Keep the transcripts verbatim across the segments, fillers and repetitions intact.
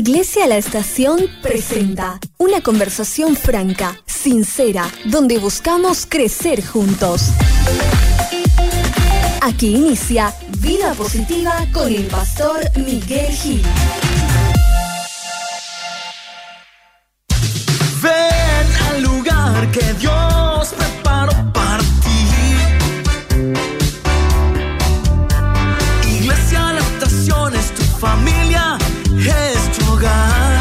Iglesia La Estación presenta una conversación franca, sincera, donde buscamos crecer juntos. Aquí inicia Vida Positiva con el pastor Miguel Gil. Ven al lugar que Dios preparó para ti. Iglesia La Estación es tu familia, es tu hogar.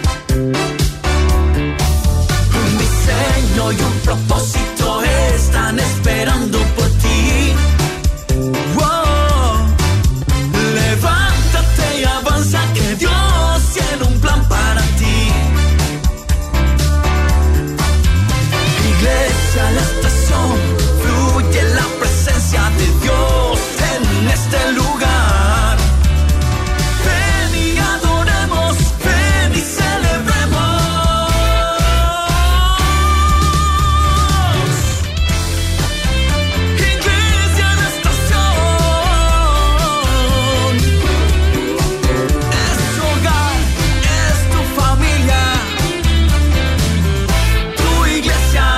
Un diseño y un propósito están esperando por ti. Wow. Levántate y avanza, que Dios tiene un plan para ti. Iglesia La Estación, fluye la presencia de Dios en este lugar. Ven y adoremos, ven y celebremos. Iglesia La Estación es tu hogar, es tu familia. Tu iglesia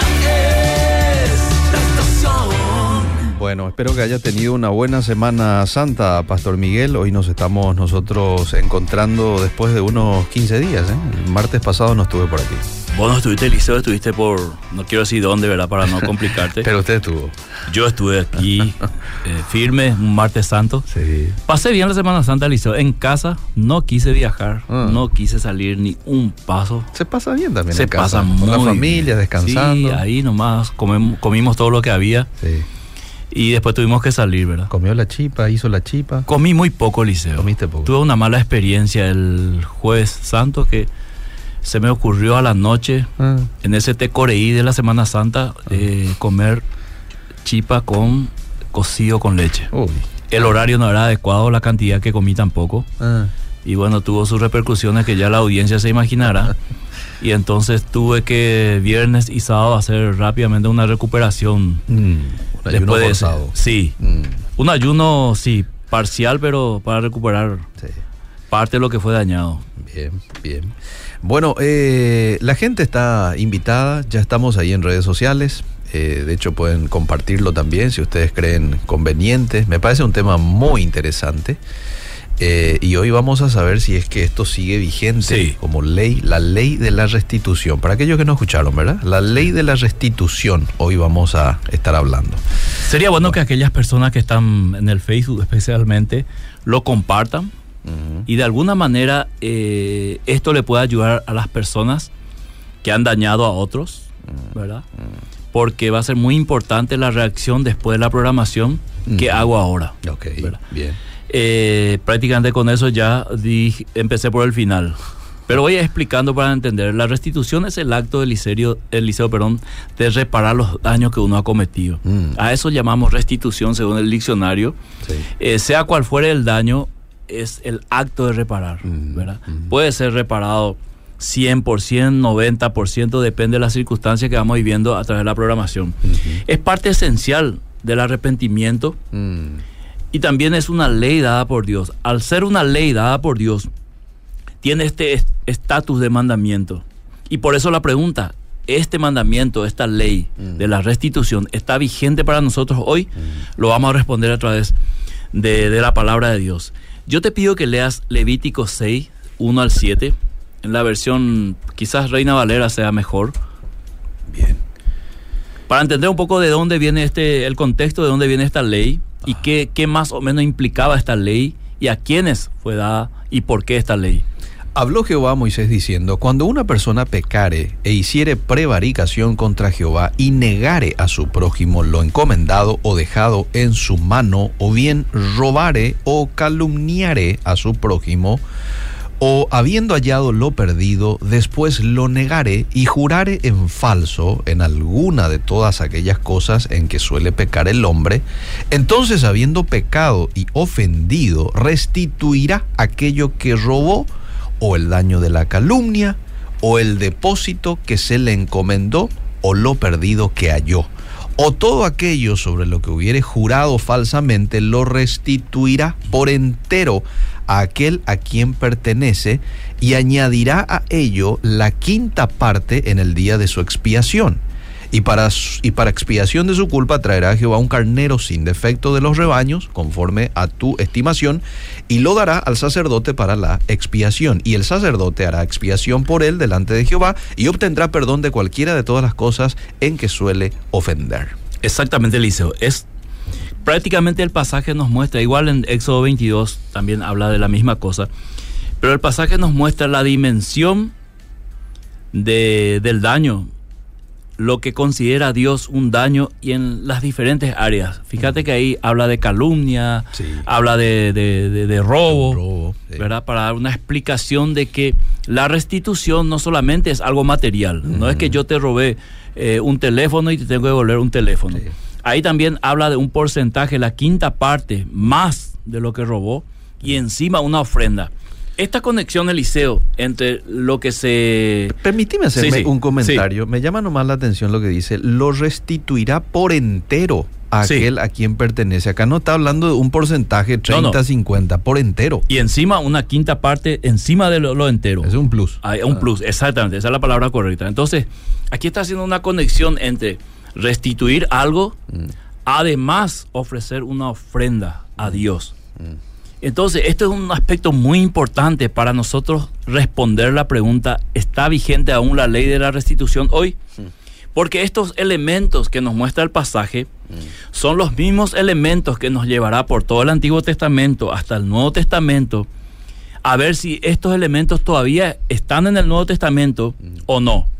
es La Estación. Bueno, espero que haya tenido una buena Semana Santa, Pastor Miguel. Hoy nos estamos nosotros encontrando después de unos quince días, ¿eh? El martes pasado no estuve por aquí. Vos no estuviste, Eliseo, estuviste por... No quiero decir dónde, ¿verdad? Para no complicarte. Pero usted estuvo. Yo estuve aquí, eh, firme, un martes santo. Sí. Pasé bien la Semana Santa, Eliseo. En casa no quise viajar, Ah. no quise salir ni un paso. Se pasa bien también Se en casa. pasa Con muy la familia, bien. descansando. Sí, ahí nomás comemos, comimos todo lo que había Sí. y después tuvimos que salir, ¿verdad? Comió la chipa, hizo la chipa. Comí muy poco, Eliseo. Comiste poco. Tuve una mala experiencia el jueves santo que se me ocurrió a la noche, Ah. en ese tecoreí de la Semana Santa, eh, comer chipa con cocido con leche. Uy. El horario no era adecuado, la cantidad que comí tampoco. Ah. Y bueno, tuvo sus repercusiones que ya la audiencia se imaginará. Y entonces tuve que viernes y sábado hacer rápidamente una recuperación. Mm. Un ayuno Después de ese- forzado. Sí, Mm. un ayuno, sí, parcial, pero para recuperar Sí. parte de lo que fue dañado. Bien, bien. Bueno, eh, la gente está invitada, ya estamos ahí en redes sociales. Eh, de hecho, pueden compartirlo también si ustedes creen conveniente. Me parece un tema muy interesante. Eh, y hoy vamos a saber si es que esto sigue vigente Sí. como ley, la ley de la restitución. Para aquellos que no escucharon, ¿verdad? La ley de la restitución, hoy vamos a estar hablando. Sería bueno que aquellas personas que están en el Facebook especialmente lo compartan Ujú. y de alguna manera eh, esto le pueda ayudar a las personas que han dañado a otros, ¿verdad? Porque va a ser muy importante la reacción después de la programación que Ujú. hago ahora. Ok, ¿verdad? bien. Eh, prácticamente con eso ya dije, empecé por el final. Pero voy explicando para entender. La restitución es el acto del liceo, el liceo, perdón, de reparar los daños que uno ha cometido. Mm. A eso llamamos restitución según el diccionario. Sí. Eh, sea cual fuere el daño, es el acto de reparar, Mm, ¿verdad? mm. Puede ser reparado cien por ciento, noventa por ciento, depende de las circunstancias que vamos viviendo a través de la programación. Ujú. Es parte esencial del arrepentimiento. Mm. Y también es una ley dada por Dios. Al ser una ley dada por Dios, tiene este est- estatus de mandamiento. Y por eso la pregunta, ¿este mandamiento, esta ley Mm. de la restitución, está vigente para nosotros hoy? Mm. Lo vamos a responder a través de, de la palabra de Dios. Yo te pido que leas Levítico seis, uno al siete. En la versión, quizás Reina Valera sea mejor. Bien. Para entender un poco de dónde viene este, el contexto de dónde viene esta ley y qué, qué más o menos implicaba esta ley y a quiénes fue dada y por qué esta ley. Habló Jehová a Moisés diciendo: cuando una persona pecare e hiciere prevaricación contra Jehová y negare a su prójimo lo encomendado o dejado en su mano, o bien robare o calumniare a su prójimo, o habiendo hallado lo perdido, después lo negare y jurare en falso en alguna de todas aquellas cosas en que suele pecar el hombre, entonces, habiendo pecado y ofendido, restituirá aquello que robó, o el daño de la calumnia, o el depósito que se le encomendó, o lo perdido que halló. O todo aquello sobre lo que hubiere jurado falsamente, lo restituirá por entero a aquel a quien pertenece y añadirá a ello la quinta parte en el día de su expiación. Y para, y para expiación de su culpa traerá a Jehová un carnero sin defecto de los rebaños, conforme a tu estimación, y lo dará al sacerdote para la expiación. Y el sacerdote hará expiación por él delante de Jehová y obtendrá perdón de cualquiera de todas las cosas en que suele ofender. Exactamente, Eliseo. Es prácticamente el pasaje nos muestra, igual en Éxodo veintidós también habla de la misma cosa, pero el pasaje nos muestra la dimensión de, del daño, lo que considera Dios un daño y en las diferentes áreas. Fíjate que ahí habla de calumnia, sí. habla de, de, de, de robo, robo sí. ¿verdad? Para dar una explicación de que la restitución no solamente es algo material, uh-huh. no es que yo te robé eh, un teléfono y te tengo que devolver un teléfono. Sí. Ahí también habla de un porcentaje, la quinta parte más de lo que robó y encima una ofrenda. Esta conexión, Eliseo, entre lo que se... Permíteme hacerme sí, sí, un comentario. Sí. Me llama nomás la atención lo que dice, lo restituirá por entero a sí. aquel a quien pertenece. Acá no está hablando de un porcentaje treinta, cincuenta, por entero. Y encima una quinta parte encima de lo, lo entero. Es un plus. Hay un ah. plus, exactamente, esa es la palabra correcta. Entonces, aquí está haciendo una conexión entre restituir algo, mm. además ofrecer una ofrenda a Dios. Mm. Entonces, esto es un aspecto muy importante para nosotros responder la pregunta, ¿está vigente aún la ley de la restitución hoy? Sí. Porque estos elementos que nos muestra el pasaje mm. son los mismos elementos que nos llevará por todo el Antiguo Testamento hasta el Nuevo Testamento a ver si estos elementos todavía están en el Nuevo Testamento mm. o no.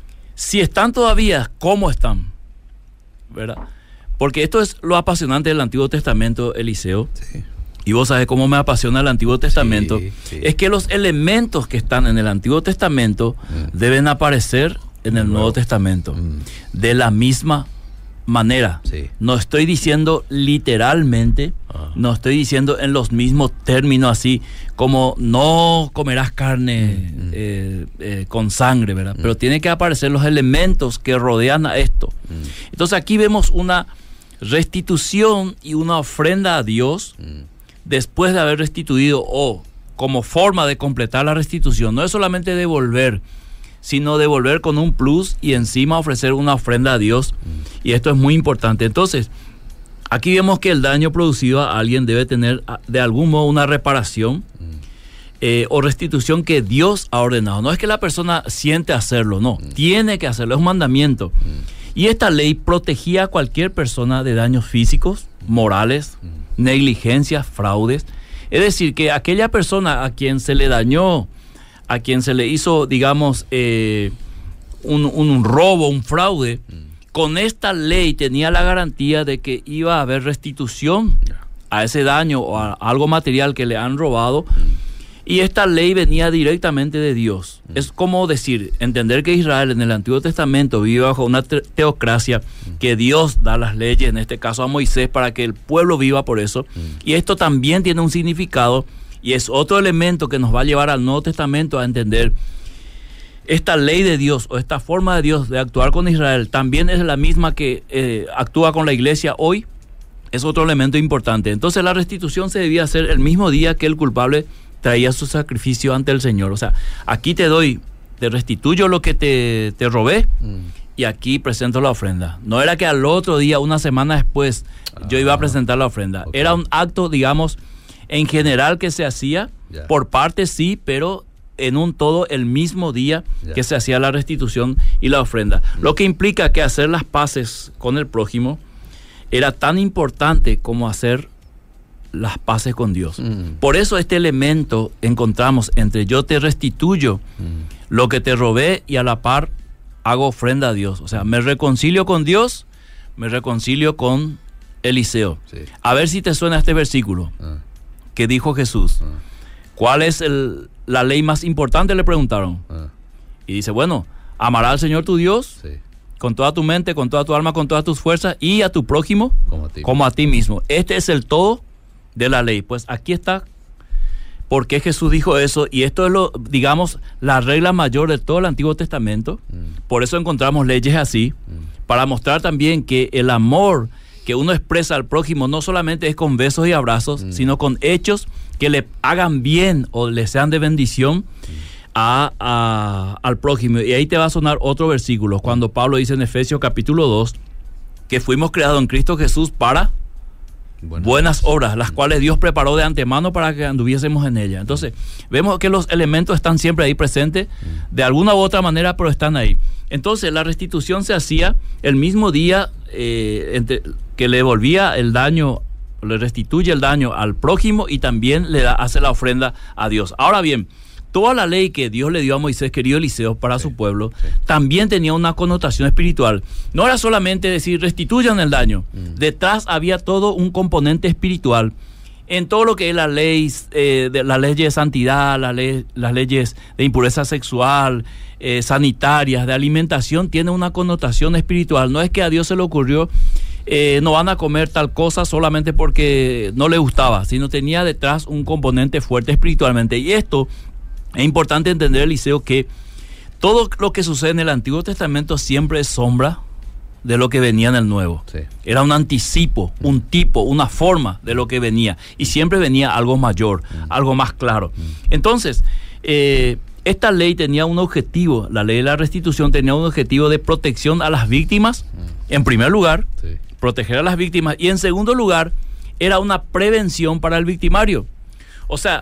Si están todavía, ¿cómo están? ¿Verdad? Porque esto es lo apasionante del Antiguo Testamento, Eliseo. Sí. Y vos sabés cómo me apasiona el Antiguo Testamento, sí, sí. es que los elementos que están en el Antiguo Testamento mm. deben aparecer en el Nuevo, Nuevo Testamento. Mm. De la misma manera. Sí. No estoy diciendo literalmente, ah. no estoy diciendo en los mismos términos así, como no comerás carne mm. eh, eh, con sangre, ¿verdad? Mm. Pero tienen que aparecer los elementos que rodean a esto. Mm. Entonces aquí vemos una restitución y una ofrenda a Dios, mm. después de haber restituido o como forma de completar la restitución. No es solamente devolver, sino devolver con un plus y encima ofrecer una ofrenda a Dios. Mm. Y esto es muy importante. Entonces, aquí vemos que el daño producido a alguien debe tener de algún modo una reparación mm. eh, o restitución que Dios ha ordenado. No es que la persona siente hacerlo, no. Mm. Tiene que hacerlo, es un mandamiento. Mm. Y esta ley protegía a cualquier persona de daños físicos, morales, mm. negligencias, fraudes. Es decir, que aquella persona a quien se le dañó, a quien se le hizo, digamos, eh, un, un robo, un fraude, mm. con esta ley tenía la garantía de que iba a haber restitución a ese daño o a algo material que le han robado. Mm. Y esta ley venía directamente de Dios. Mm. Es como decir, entender que Israel en el Antiguo Testamento vive bajo una te- teocracia, mm. que Dios da las leyes, en este caso a Moisés, para que el pueblo viva por eso. Mm. Y esto también tiene un significado y es otro elemento que nos va a llevar al Nuevo Testamento a entender esta ley de Dios o esta forma de Dios de actuar con Israel. También es la misma que eh, actúa con la iglesia hoy. Es otro elemento importante. Entonces la restitución se debía hacer el mismo día que el culpable traía su sacrificio ante el Señor. O sea, aquí te doy, te restituyo lo que te, te robé mm. y aquí presento la ofrenda. No era que al otro día, una semana después, ah, yo iba a presentar la ofrenda. Okay. Era un acto, digamos, en general que se hacía, yeah. por parte sí, pero en un todo el mismo día yeah. que se hacía la restitución y la ofrenda. Mm. Lo que implica que hacer las paces con el prójimo era tan importante como hacer las paces con Dios. Mm. Por eso este elemento encontramos entre yo te restituyo mm. lo que te robé y a la par hago ofrenda a Dios. O sea, me reconcilio con Dios, me reconcilio con Eliseo. Sí. A ver si te suena este versículo ah. que dijo Jesús. Ah. ¿Cuál es el, la ley más importante? Le preguntaron. Ah. Y dice, bueno, amarás al Señor tu Dios sí. con toda tu mente, con toda tu alma, con todas tus fuerzas y a tu prójimo como a ti, como a ti mismo. Este es el todo de la ley. Pues aquí está por qué Jesús dijo eso, y esto es lo, digamos, la regla mayor de todo el Antiguo Testamento. Mm. Por eso encontramos leyes así, mm. para mostrar también que el amor que uno expresa al prójimo no solamente es con besos y abrazos, mm. sino con hechos que le hagan bien o le sean de bendición a, a, al prójimo. Y ahí te va a sonar otro versículo, cuando Pablo dice en Efesios capítulo dos, que fuimos creados en Cristo Jesús para buenas, buenas obras, las cuales Dios preparó de antemano para que anduviésemos en ellas. Entonces, vemos que los elementos están siempre ahí presentes, de alguna u otra manera, pero están ahí. Entonces, la restitución se hacía el mismo día eh, entre, que le devolvía el daño, le restituye el daño al prójimo y también le da, hace la ofrenda a Dios. Ahora bien, toda la ley que Dios le dio a Moisés, querido Eliseo, para sí, su pueblo, sí, también tenía una connotación espiritual. No era solamente decir restituyan el daño. Mm. Detrás había todo un componente espiritual en todo lo que es la ley, eh, de, las leyes de santidad, la ley, las leyes de impureza sexual, eh, sanitarias, de alimentación, tiene una connotación espiritual. No es que a Dios se le ocurrió, eh, no van a comer tal cosa solamente porque no le gustaba, sino tenía detrás un componente fuerte espiritualmente. Y esto es importante entender, Eliseo, que todo lo que sucede en el Antiguo Testamento siempre es sombra de lo que venía en el Nuevo. Sí. Era un anticipo, un tipo, una forma de lo que venía. Y siempre venía algo mayor, mm. algo más claro. Mm. Entonces, eh, esta ley tenía un objetivo, la ley de la restitución tenía un objetivo de protección a las víctimas, mm. en primer lugar, sí, proteger a las víctimas, y en segundo lugar, era una prevención para el victimario. O sea,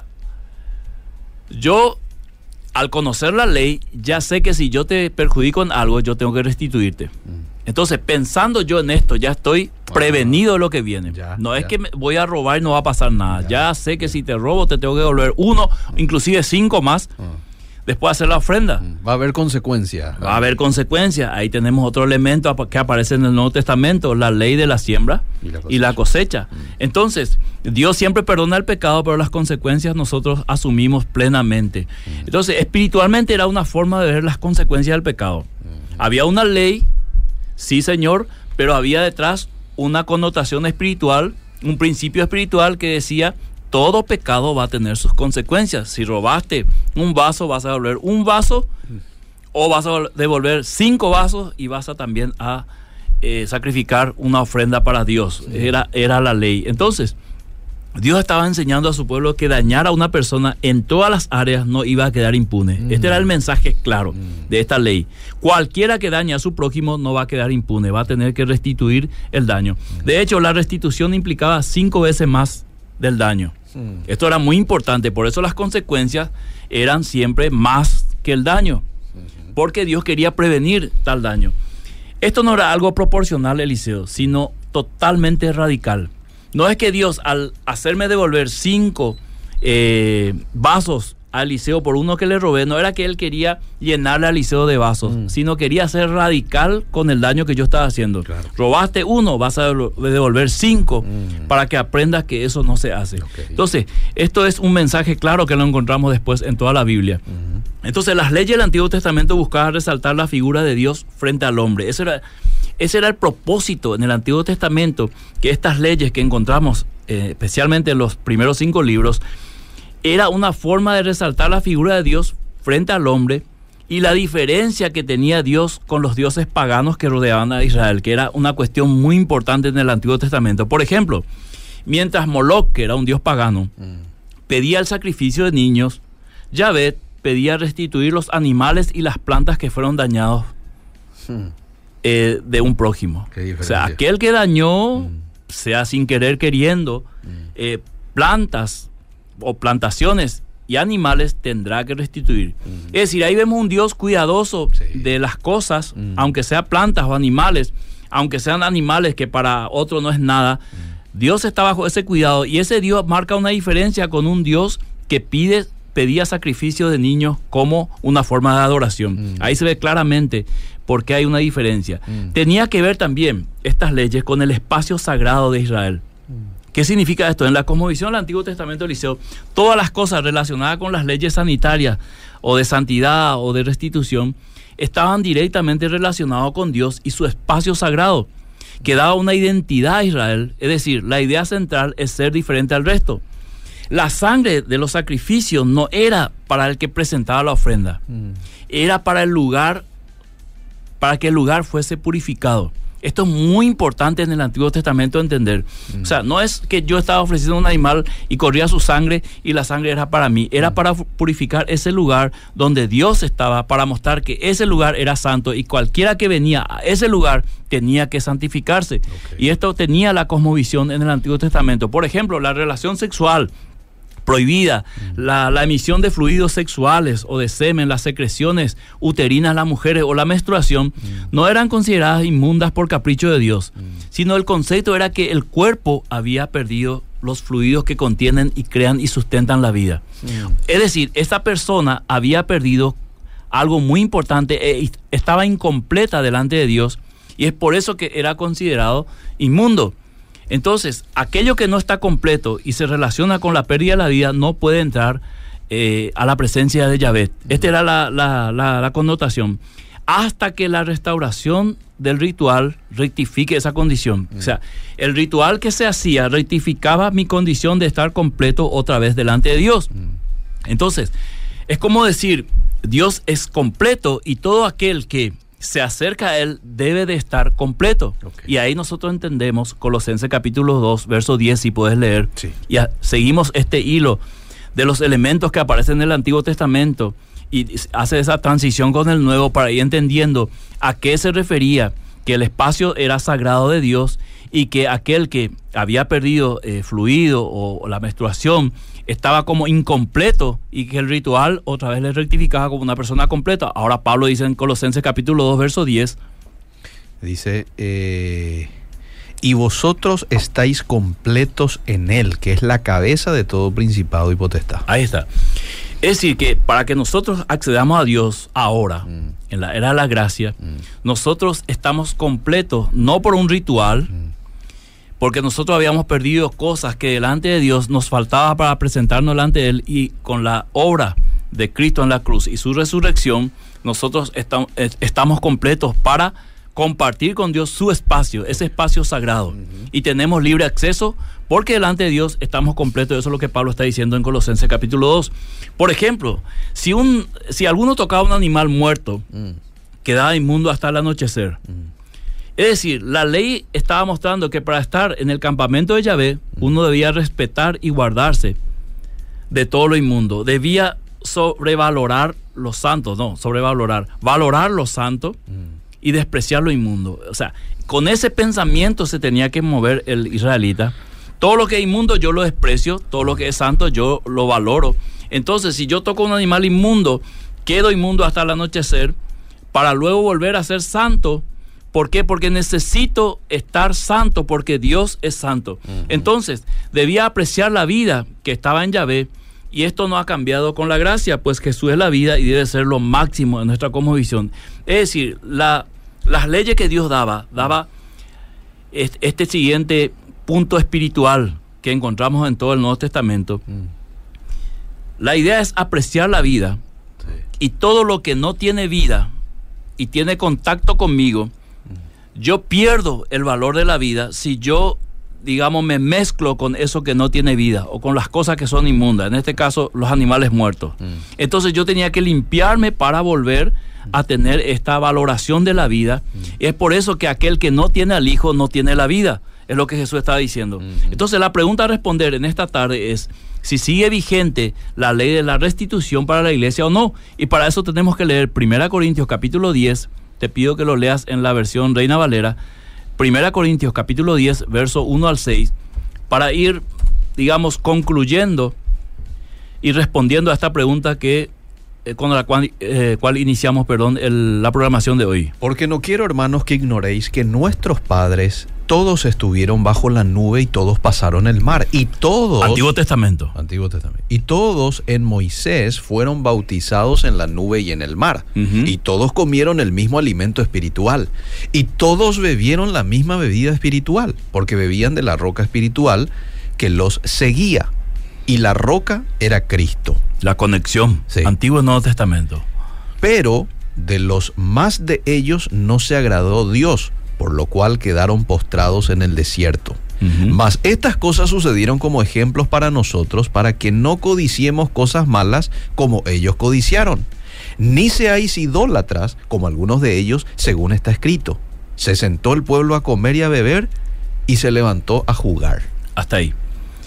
yo, al conocer la ley, ya sé que si yo te perjudico en algo, yo tengo que restituirte. Mm. Entonces, pensando yo en esto, ya estoy prevenido de lo que viene. Ya, no ya. es que me voy a robar y no va a pasar nada. Ya, ya sé que si te robo, te tengo que devolver uno, inclusive cinco más, uh. después de hacer la ofrenda. Va a haber consecuencias. Va a haber consecuencias. Ahí tenemos otro elemento que aparece en el Nuevo Testamento, la ley de la siembra y la cosecha. Y la cosecha. Mm. Entonces, Dios siempre perdona el pecado, pero las consecuencias nosotros asumimos plenamente. Mm. Entonces, espiritualmente era una forma de ver las consecuencias del pecado. Mm. Había una ley, sí, Señor, pero había detrás una connotación espiritual, un principio espiritual que decía: todo pecado va a tener sus consecuencias. Si robaste un vaso, vas a devolver un vaso, o vas a devolver cinco vasos y vas a también a eh, sacrificar una ofrenda para Dios. Era, era la ley. Entonces, Dios estaba enseñando a su pueblo que dañar a una persona en todas las áreas no iba a quedar impune. Mm. Este era el mensaje claro mm. de esta ley. Cualquiera que dañe a su prójimo no va a quedar impune, va a tener que restituir el daño. Mm. De hecho, la restitución implicaba cinco veces más del daño. Mm. Esto era muy importante, por eso las consecuencias eran siempre más que el daño, mm. porque Dios quería prevenir tal daño. Esto no era algo proporcional, Eliseo, sino totalmente radical. No es que Dios, al hacerme devolver cinco eh, vasos a Eliseo por uno que le robé, no era que él quería llenarle a Eliseo de vasos, mm. sino quería ser radical con el daño que yo estaba haciendo. Claro. Robaste uno, vas a devolver cinco mm. para que aprendas que eso no se hace. Okay. Entonces, esto es un mensaje claro que lo encontramos después en toda la Biblia. Mm. Entonces, las leyes del Antiguo Testamento buscaban resaltar la figura de Dios frente al hombre. Eso era... Ese era el propósito en el Antiguo Testamento, que estas leyes que encontramos, eh, especialmente en los primeros cinco libros, era una forma de resaltar la figura de Dios frente al hombre y la diferencia que tenía Dios con los dioses paganos que rodeaban a Israel, que era una cuestión muy importante en el Antiguo Testamento. Por ejemplo, mientras Moloc, que era un dios pagano, mm. pedía el sacrificio de niños, Yahvé pedía restituir los animales y las plantas que fueron dañados. Mm. Eh, de un prójimo. O sea, aquel que dañó, mm. sea sin querer queriendo, mm. eh, plantas o plantaciones y animales tendrá que restituir. Mm. Es decir, ahí vemos un Dios cuidadoso sí. de las cosas, mm. aunque sean plantas o animales, aunque sean animales que para otro no es nada, mm. Dios está bajo ese cuidado, y ese Dios marca una diferencia con un Dios que pide pedía sacrificio de niños como una forma de adoración. Mm. Ahí se ve claramente por qué hay una diferencia. Mm. Tenía que ver también estas leyes con el espacio sagrado de Israel. Mm. ¿Qué significa esto? En la cosmovisión del Antiguo Testamento, Eliseo, todas las cosas relacionadas con las leyes sanitarias o de santidad o de restitución estaban directamente relacionados con Dios y su espacio sagrado, que daba una identidad a Israel. Es decir, la idea central es ser diferente al resto. La sangre de los sacrificios no era para el que presentaba la ofrenda, mm. era para el lugar, para que el lugar fuese purificado. Esto es muy importante en el Antiguo Testamento entender. Mm. O sea, no es que yo estaba ofreciendo un animal y corría su sangre y la sangre era para mí. Era mm. para purificar ese lugar donde Dios estaba, para mostrar que ese lugar era santo y cualquiera que venía a ese lugar tenía que santificarse. Okay. Y esto tenía la cosmovisión en el Antiguo Testamento. Por ejemplo, la relación sexual prohibida, mm. la, la emisión de fluidos sexuales o de semen, las secreciones uterinas de las mujeres o la menstruación, mm. no eran consideradas inmundas por capricho de Dios, mm. sino el concepto era que el cuerpo había perdido los fluidos que contienen y crean y sustentan la vida. Mm. Es decir, esta persona había perdido algo muy importante, e estaba incompleta delante de Dios, y es por eso que era considerado inmundo. Entonces, aquello que no está completo y se relaciona con la pérdida de la vida no puede entrar eh, a la presencia de Yahvé. Esta era la, la, la, la connotación. Hasta que la restauración del ritual rectifique esa condición. Mm. O sea, el ritual que se hacía rectificaba mi condición de estar completo otra vez delante de Dios. Mm. Entonces, es como decir, Dios es completo y todo aquel que se acerca a Él debe de estar completo. Okay. Y ahí nosotros entendemos Colosenses capítulo dos, verso diez, si puedes leer. Sí. Y a, seguimos este hilo de los elementos que aparecen en el Antiguo Testamento y hace esa transición con el Nuevo para ir entendiendo a qué se refería, que el espacio era sagrado de Dios y que aquel que había perdido eh, fluido o, o la menstruación estaba como incompleto y que el ritual otra vez le rectificaba como una persona completa. Ahora Pablo dice en Colosenses capítulo dos, verso diez. Dice, eh, y vosotros estáis completos en Él, que es la cabeza de todo principado y potestad. Ahí está. Es decir, que para que nosotros accedamos a Dios ahora, mm. en la era de la gracia, mm. nosotros estamos completos, no por un ritual, mm. porque nosotros habíamos perdido cosas que delante de Dios nos faltaba para presentarnos delante de Él, y con la obra de Cristo en la cruz y su resurrección, nosotros estamos, estamos completos para compartir con Dios su espacio, ese espacio sagrado. Uh-huh. Y tenemos libre acceso porque delante de Dios estamos completos. Eso es lo que Pablo está diciendo en Colosenses capítulo dos. Por ejemplo, si, un, si alguno tocaba un animal muerto, uh-huh. quedaba inmundo hasta el anochecer. Uh-huh. Es decir, la ley estaba mostrando que para estar en el campamento de Yahvé, uno debía respetar y guardarse de todo lo inmundo. Debía sobrevalorar lo santo, no, sobrevalorar, valorar lo santo y despreciar lo inmundo. O sea, con ese pensamiento se tenía que mover el israelita. Todo lo que es inmundo yo lo desprecio, todo lo que es santo yo lo valoro. Entonces, si yo toco un animal inmundo, quedo inmundo hasta el anochecer para luego volver a ser santo. ¿Por qué? Porque necesito estar santo, porque Dios es santo. Uh-huh. Entonces, debía apreciar la vida que estaba en Yahvé, y esto no ha cambiado con la gracia, pues Jesús es la vida y debe ser lo máximo en nuestra cosmovisión. Es decir, la, las leyes que Dios daba, daba este, este siguiente punto espiritual que encontramos en todo el Nuevo Testamento. Uh-huh. La idea es apreciar la vida, sí. y todo lo que no tiene vida y tiene contacto conmigo, yo pierdo el valor de la vida si yo, digamos, me mezclo con eso que no tiene vida o con las cosas que son inmundas, en este caso los animales muertos. Mm. Entonces yo tenía que limpiarme para volver a tener esta valoración de la vida. Mm. Y es por eso que aquel que no tiene al Hijo no tiene la vida, es lo que Jesús está diciendo. Mm. Entonces la pregunta a responder en esta tarde es si sigue vigente la ley de la restitución para la iglesia o no. Y para eso tenemos que leer primera Corintios capítulo diez. Te pido que lo leas en la versión Reina Valera, primera Corintios capítulo diez, verso uno al seis, para ir, digamos, concluyendo y respondiendo a esta pregunta que eh, con la cual, eh, cual iniciamos, perdón, el, la programación de hoy. Porque no quiero, hermanos, que ignoréis que nuestros padres todos estuvieron bajo la nube y todos pasaron el mar, y todos... Antiguo Testamento. Antiguo Testamento. Y todos en Moisés fueron bautizados en la nube y en el mar. Uh-huh. Y todos comieron el mismo alimento espiritual. Y todos bebieron la misma bebida espiritual, porque bebían de la roca espiritual que los seguía. Y la roca era Cristo. La conexión. Sí. Antiguo y Nuevo Testamento. Pero de los más de ellos no se agradó Dios, por lo cual quedaron postrados en el desierto. Uh-huh. Mas estas cosas sucedieron como ejemplos para nosotros, para que no codiciemos cosas malas como ellos codiciaron. Ni seáis idólatras, como algunos de ellos, según está escrito. Se sentó el pueblo a comer y a beber y se levantó a jugar. Hasta ahí.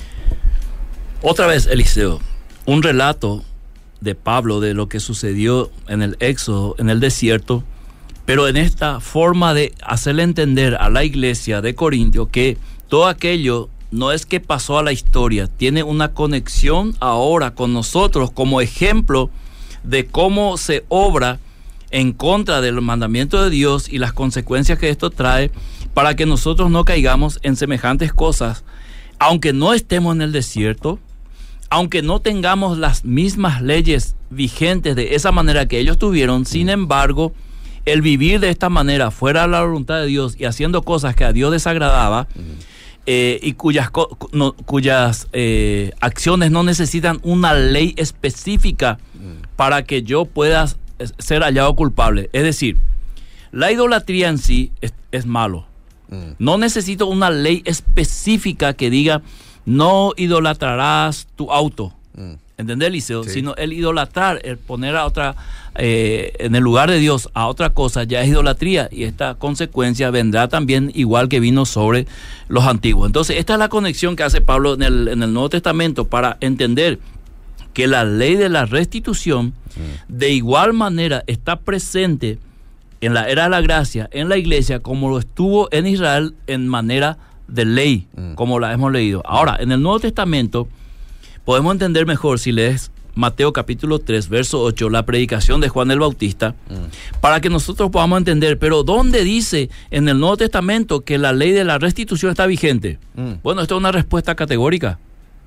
Otra vez, Eliseo, un relato de Pablo de lo que sucedió en el Éxodo, en el desierto, pero en esta forma de hacerle entender a la iglesia de Corintio que todo aquello no es que pasó a la historia, tiene una conexión ahora con nosotros como ejemplo de cómo se obra en contra del mandamiento de Dios y las consecuencias que esto trae, para que nosotros no caigamos en semejantes cosas, aunque no estemos en el desierto, aunque no tengamos las mismas leyes vigentes de esa manera que ellos tuvieron. Sin embargo, el vivir de esta manera fuera de la voluntad de Dios y haciendo cosas que a Dios desagradaba, eh, y cuyas, no, cuyas eh, acciones no necesitan una ley específica para que yo pueda ser hallado culpable. Es decir, la idolatría en sí es, es malo. No necesito una ley específica que diga no idolatrarás tu auto. ¿Entendés, Eliseo? Sí. Sino el idolatrar, el poner a otra, eh, en el lugar de Dios a otra cosa, ya es idolatría, y esta consecuencia vendrá también igual que vino sobre los antiguos. Entonces, esta es la conexión que hace Pablo en el, en el Nuevo Testamento para entender que la ley de la restitución de igual manera está presente en la era de la gracia, en la iglesia, como lo estuvo en Israel en manera de ley, como la hemos leído. Ahora, en el Nuevo Testamento podemos entender mejor si lees Mateo capítulo tres, verso ocho, la predicación de Juan el Bautista, mm. para que nosotros podamos entender, pero ¿dónde dice en el Nuevo Testamento que la ley de la restitución está vigente? Mm. Bueno, esto es una respuesta categórica.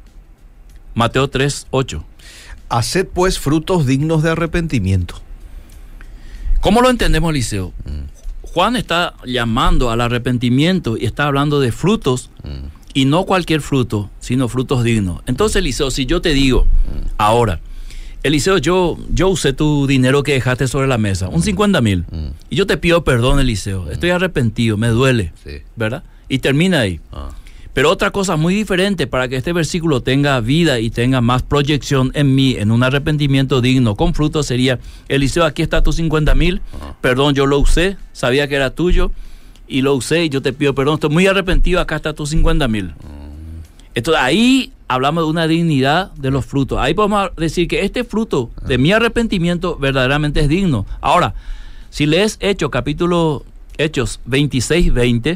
Mateo tres, ocho. Haced pues frutos dignos de arrepentimiento. ¿Cómo lo entendemos, Eliseo? Mm. Juan está llamando al arrepentimiento y está hablando de frutos, mm. y no cualquier fruto, sino frutos dignos. Entonces, Eliseo, si yo te digo mm. ahora, Eliseo, yo, yo usé tu dinero que dejaste sobre la mesa, un cincuenta mil, mm. y yo te pido perdón, Eliseo, mm. estoy arrepentido, me duele, sí. ¿verdad? Y termina ahí. Ah. Pero otra cosa muy diferente para que este versículo tenga vida y tenga más proyección en mí, en un arrepentimiento digno, con frutos, sería, Eliseo, aquí está tu cincuenta mil, ah. perdón, yo lo usé, sabía que era tuyo, y lo usé y yo te pido perdón, estoy muy arrepentido, acá está tus cincuenta mil. Mm. Entonces ahí hablamos de una dignidad de los frutos. Ahí podemos decir que este fruto de mi arrepentimiento verdaderamente es digno. Ahora, si lees Hechos, capítulo Hechos veintiséis, veinte.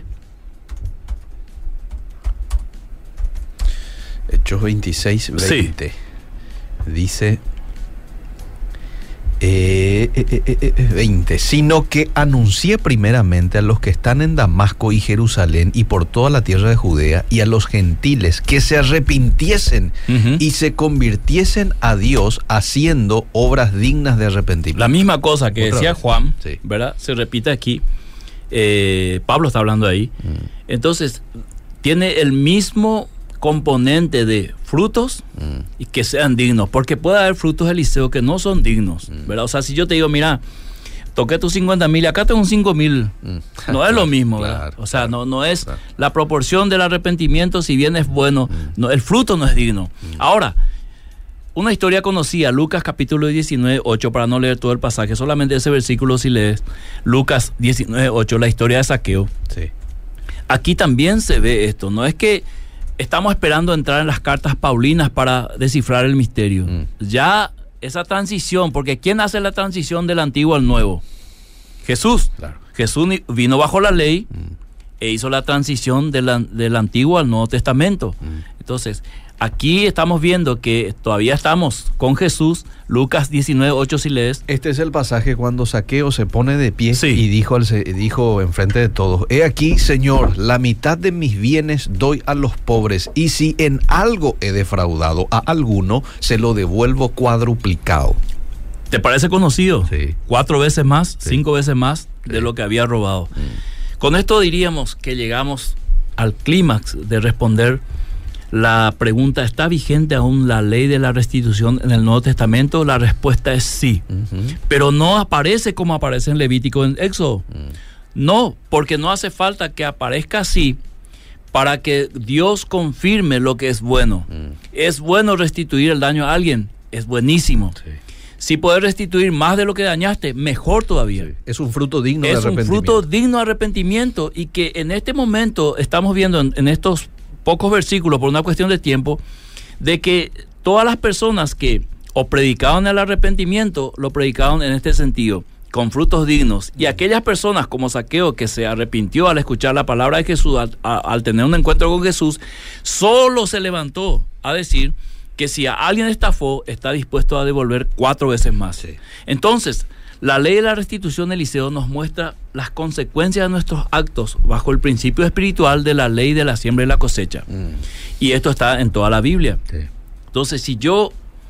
Hechos veintiséis, veinte. Sí. Dice... Eh, eh, eh, eh, veinte. Sino que anuncié primeramente a los que están en Damasco y Jerusalén y por toda la tierra de Judea y a los gentiles que se arrepintiesen uh-huh. y se convirtiesen a Dios haciendo obras dignas de arrepentimiento. La misma cosa que Otra decía vez. Juan, sí. ¿verdad? Se repite aquí. Eh, Pablo está hablando ahí. Uh-huh. Entonces, tiene el mismo componente de frutos mm. y que sean dignos, porque puede haber frutos, Eliseo, que no son dignos, mm. ¿verdad? O sea, si yo te digo, mira, toqué tus cincuenta mil, acá tengo un cinco mil, mm. no es lo mismo, ¿verdad? Claro, o sea, claro, no, no es claro. la proporción del arrepentimiento, si bien es bueno, mm. no, el fruto no es digno. Mm. Ahora, una historia conocida, Lucas capítulo diecinueve, ocho, para no leer todo el pasaje, solamente ese versículo si lees, Lucas diecinueve, ocho, la historia de Zaqueo. Sí. Aquí también se ve esto, no es que estamos esperando entrar en las cartas paulinas para descifrar el misterio. Mm. Ya esa transición, porque ¿quién hace la transición del antiguo al nuevo? Jesús. Claro. Jesús vino bajo la ley mm. e hizo la transición de la, del antiguo al Nuevo Testamento. Mm. Entonces, aquí estamos viendo que todavía estamos con Jesús. Lucas diecinueve, ocho, si lees. Este es el pasaje cuando Zaqueo se pone de pie sí. y dijo, al, dijo enfrente de todos: he aquí, Señor, la mitad de mis bienes doy a los pobres, y si en algo he defraudado a alguno, se lo devuelvo cuadruplicado. ¿Te parece conocido? Sí. Cuatro veces más, sí. cinco veces más sí. de lo que había robado. Mm. Con esto diríamos que llegamos al clímax de responder la pregunta: ¿está vigente aún la ley de la restitución en el Nuevo Testamento? La respuesta es sí. Uh-huh. Pero no aparece como aparece en Levítico, en Éxodo. Uh-huh. No, porque no hace falta que aparezca así para que Dios confirme lo que es bueno. Uh-huh. Es bueno restituir el daño a alguien, es buenísimo. Sí. Si puedes restituir más de lo que dañaste, mejor todavía. Sí. Es un fruto digno de Es un arrepentimiento. fruto digno de arrepentimiento, y que en este momento estamos viendo en, en estos pocos versículos, por una cuestión de tiempo, de que todas las personas que o predicaban el arrepentimiento, lo predicaban en este sentido, con frutos dignos. Y aquellas personas como Zaqueo, que se arrepintió al escuchar la palabra de Jesús, al, a, al tener un encuentro con Jesús, solo se levantó a decir que si a alguien estafó, está dispuesto a devolver cuatro veces más. Sí. Entonces, la ley de la restitución, Eliseo, nos muestra las consecuencias de nuestros actos bajo el principio espiritual de la ley de la siembra y la cosecha. Mm. Y esto está en toda la Biblia. Sí. Entonces, si yo,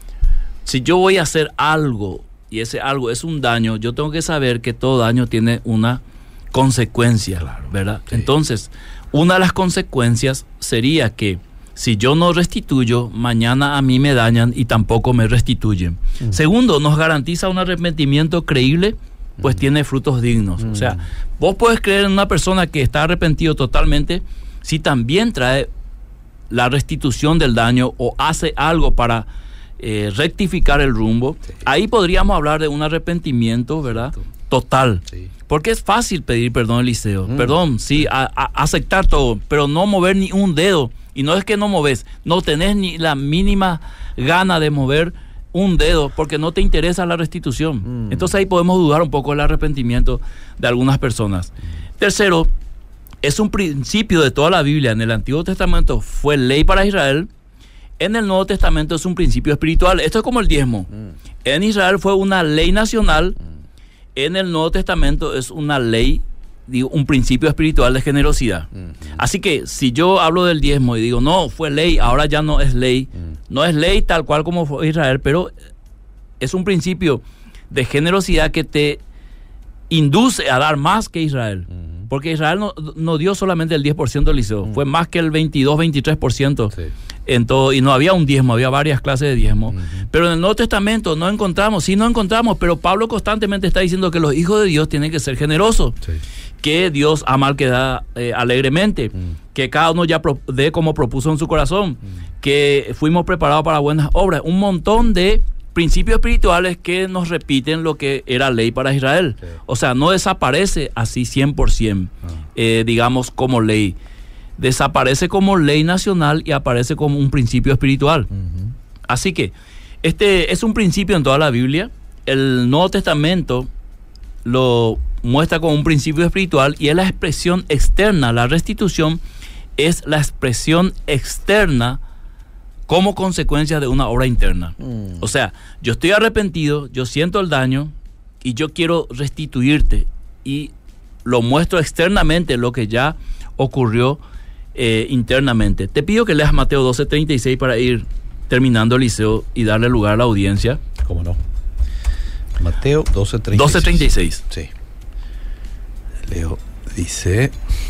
si yo voy a hacer algo, y ese algo es un daño, yo tengo que saber que todo daño tiene una consecuencia, claro, ¿verdad? Sí. Entonces, una de las consecuencias sería que si yo no restituyo, mañana a mí me dañan y tampoco me restituyen. Mm. Segundo, nos garantiza un arrepentimiento creíble, pues mm. tiene frutos dignos. Mm. O sea, vos podés creer en una persona que está arrepentido totalmente si también trae la restitución del daño o hace algo para eh, rectificar el rumbo. Sí. Ahí podríamos hablar de un arrepentimiento, ¿verdad? Sí. Total. Sí. Porque es fácil pedir perdón, Eliseo. Mm. Perdón, sí, a, a, aceptar todo, pero no mover ni un dedo. Y no es que no moves, no tenés ni la mínima gana de mover un dedo porque no te interesa la restitución. Mm. Entonces ahí podemos dudar un poco del arrepentimiento de algunas personas. Mm. Tercero, es un principio de toda la Biblia. En el Antiguo Testamento fue ley para Israel. En el Nuevo Testamento es un principio espiritual. Esto es como el diezmo. Mm. En Israel fue una ley nacional. Mm. En el Nuevo Testamento es una ley, digo, un principio espiritual de generosidad. Uh-huh. Así que si yo hablo del diezmo y digo, no, fue ley, ahora ya no es ley, uh-huh. no es ley tal cual como fue Israel, pero es un principio de generosidad que te induce a dar más que Israel. Uh-huh. Porque Israel no, no dio solamente el diez por ciento del liceo, uh-huh. fue más que el veintidós, veintitrés por ciento. Sí. En todo, y no había un diezmo, había varias clases de diezmo. Uh-huh. Pero en el Nuevo Testamento no encontramos, sí no encontramos, pero Pablo constantemente está diciendo que los hijos de Dios tienen que ser generosos. Sí. Que Dios ama al que da eh, alegremente, mm. que cada uno ya pro, dé como propuso en su corazón, mm. que fuimos preparados para buenas obras. Un montón de principios espirituales que nos repiten lo que era ley para Israel. Sí. O sea, no desaparece así cien por ciento, ah. eh, digamos, como ley. Desaparece como ley nacional y aparece como un principio espiritual. Uh-huh. Así que este es un principio en toda la Biblia. El Nuevo Testamento lo muestra como un principio espiritual y es la expresión externa. La restitución es la expresión externa como consecuencia de una obra interna. Mm. O sea, yo estoy arrepentido, yo siento el daño y yo quiero restituirte y lo muestro externamente, lo que ya ocurrió eh, internamente. Te pido que leas Mateo doce treinta y seis para ir terminando, Eliseo, y darle lugar a la audiencia. ¿Cómo no? Mateo doce treinta y seis. doce treinta y seis. Sí. Leo, dice: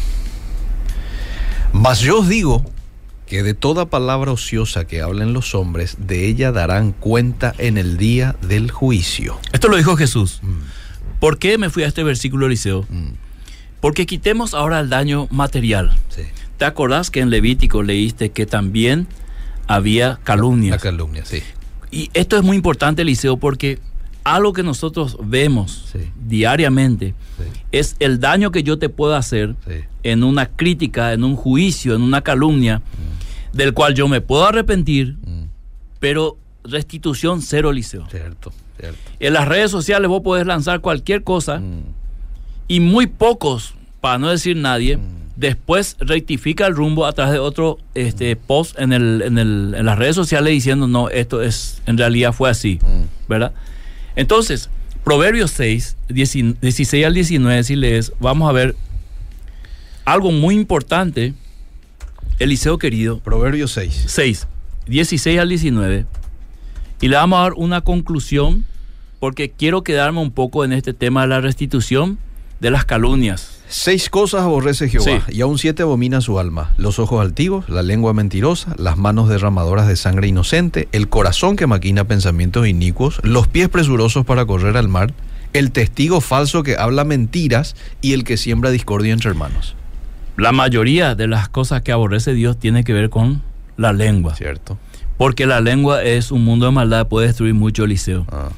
Mas yo os digo que de toda palabra ociosa que hablen los hombres, de ella darán cuenta en el día del juicio. Esto lo dijo Jesús. Mm. ¿Por qué me fui a este versículo, Eliseo? Mm. Porque quitemos ahora el daño material. Sí. ¿Te acordás que en Levítico leíste que también había calumnias? La calumnia, sí. Y esto es muy importante, Eliseo, porque algo que nosotros vemos sí. diariamente sí. es el daño que yo te puedo hacer sí. en una crítica, en un juicio, en una calumnia, mm. del cual yo me puedo arrepentir, mm. pero restitución cero, Eliseo. Cierto, cierto. En las redes sociales vos podés lanzar cualquier cosa mm. y muy pocos, para no decir nadie, mm. después rectifica el rumbo a través de otro este, post en, el, en, el, en las redes sociales diciendo, no, esto es, en realidad fue así, mm. ¿verdad? Entonces, Proverbios seis, dieciséis al diecinueve, si lees, vamos a ver algo muy importante, Eliseo querido. Proverbios seis. seis, dieciséis al diecinueve. Y le vamos a dar una conclusión, porque quiero quedarme un poco en este tema de la restitución de las calumnias. Seis cosas aborrece Jehová, sí. y aún siete abomina su alma: los ojos altivos, la lengua mentirosa, las manos derramadoras de sangre inocente, el corazón que maquina pensamientos inicuos, los pies presurosos para correr al mar, el testigo falso que habla mentiras y el que siembra discordia entre hermanos. La mayoría de las cosas que aborrece Dios tiene que ver con la lengua. Cierto. Porque la lengua es un mundo de maldad, puede destruir mucho, Eliseo. Ah.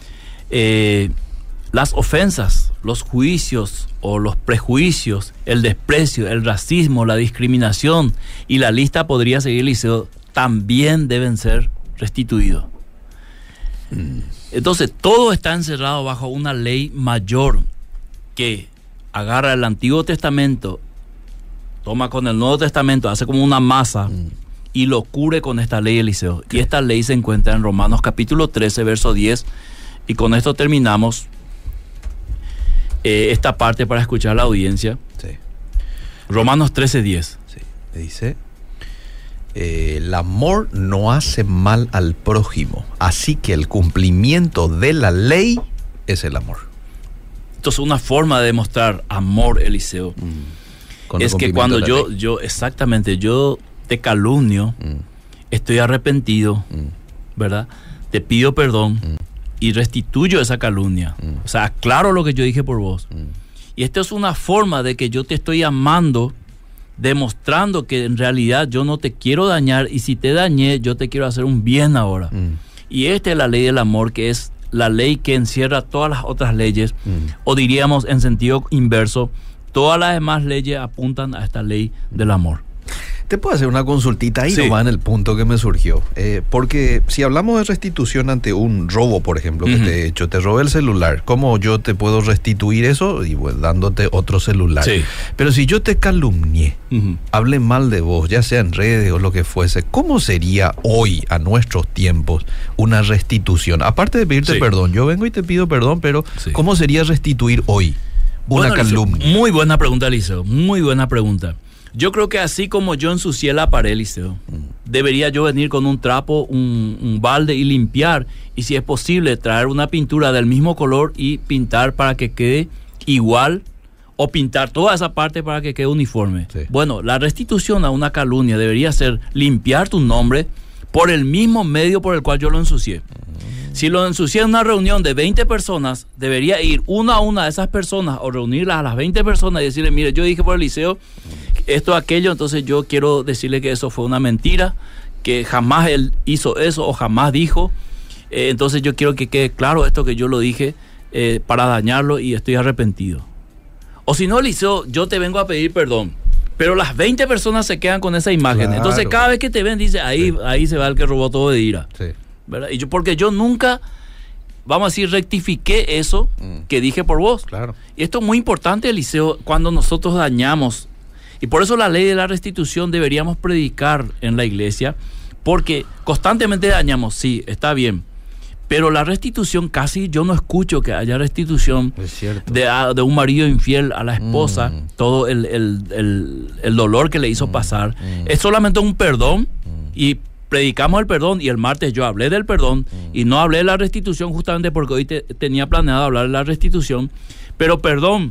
Eh, las ofensas, los juicios o los prejuicios, el desprecio, el racismo, la discriminación y la lista podría seguir, Liceo, también deben ser restituidos. Mm. Entonces, todo está encerrado bajo una ley mayor que agarra el Antiguo Testamento, toma con el Nuevo Testamento, hace como una masa mm. y lo cubre con esta ley, Eliseo. Y esta ley se encuentra en Romanos capítulo trece, verso diez. Y con esto terminamos eh, esta parte para escuchar a la audiencia. Sí. Romanos trece, diez. Sí. Dice, eh, el amor no hace mal al prójimo, así que el cumplimiento de la ley es el amor. Entonces, una forma de demostrar amor, Eliseo, mm. es que cuando yo, yo, exactamente, yo te calumnio, mm. estoy arrepentido, mm. ¿verdad? Te pido perdón mm. y restituyo esa calumnia. Mm. O sea, aclaro lo que yo dije por vos. Mm. Y esto es una forma de que yo te estoy amando, demostrando que en realidad yo no te quiero dañar, y si te dañé, yo te quiero hacer un bien ahora. Mm. Y esta es la ley del amor, que es la ley que encierra todas las otras leyes, mm. o diríamos en sentido inverso, todas las demás leyes apuntan a esta ley del amor. Te puedo hacer una consultita ahí, sí. nomás en el punto que me surgió. Eh, porque si hablamos de restitución ante un robo, por ejemplo, que uh-huh. te he hecho, te robé el celular, ¿cómo yo te puedo restituir eso? Y pues, dándote otro celular. Sí. Pero si yo te calumnié, uh-huh. hablé mal de vos, ya sea en redes o lo que fuese, ¿cómo sería hoy, a nuestros tiempos, una restitución? Aparte de pedirte sí. perdón, yo vengo y te pido perdón, pero sí. ¿cómo sería restituir hoy una bueno, calumnia? Liceo, muy buena pregunta, Liceo, muy buena pregunta. Yo creo que así como yo ensucié la pared, Liceo, mm. debería yo venir con un trapo, un, un balde y limpiar, y si es posible traer una pintura del mismo color y pintar para que quede igual, o pintar toda esa parte para que quede uniforme. Sí. Bueno, la restitución a una calumnia debería ser limpiar tu nombre por el mismo medio por el cual yo lo ensucié. Mm. Si lo ensucié en una reunión de veinte personas, debería ir una a una de esas personas o reunirlas a las veinte personas y decirle, mire, yo dije por el liceo esto, aquello, entonces yo quiero decirle que eso fue una mentira, que jamás él hizo eso o jamás dijo, eh, entonces yo quiero que quede claro esto que yo lo dije eh, para dañarlo y estoy arrepentido. O si no, Liceo, yo te vengo a pedir perdón, pero las veinte personas se quedan con esa imagen, claro. Entonces cada vez que te ven dice, ahí, sí. ahí se va el que robó todo de ira, sí. ¿verdad? Y yo, porque yo nunca, vamos a decir, rectifiqué eso mm. que dije por vos. Claro. Y esto es muy importante, Eliseo, cuando nosotros dañamos. Y por eso la ley de la restitución deberíamos predicar en la iglesia, porque constantemente dañamos, sí, está bien, pero la restitución casi yo no escucho que haya restitución de, de un marido infiel a la esposa, mm. todo el, el, el, el dolor que le hizo mm. pasar. Mm. Es solamente un perdón mm. y predicamos el perdón, y el martes yo hablé del perdón mm. y no hablé de la restitución justamente porque hoy te, tenía planeado hablar de la restitución, pero perdón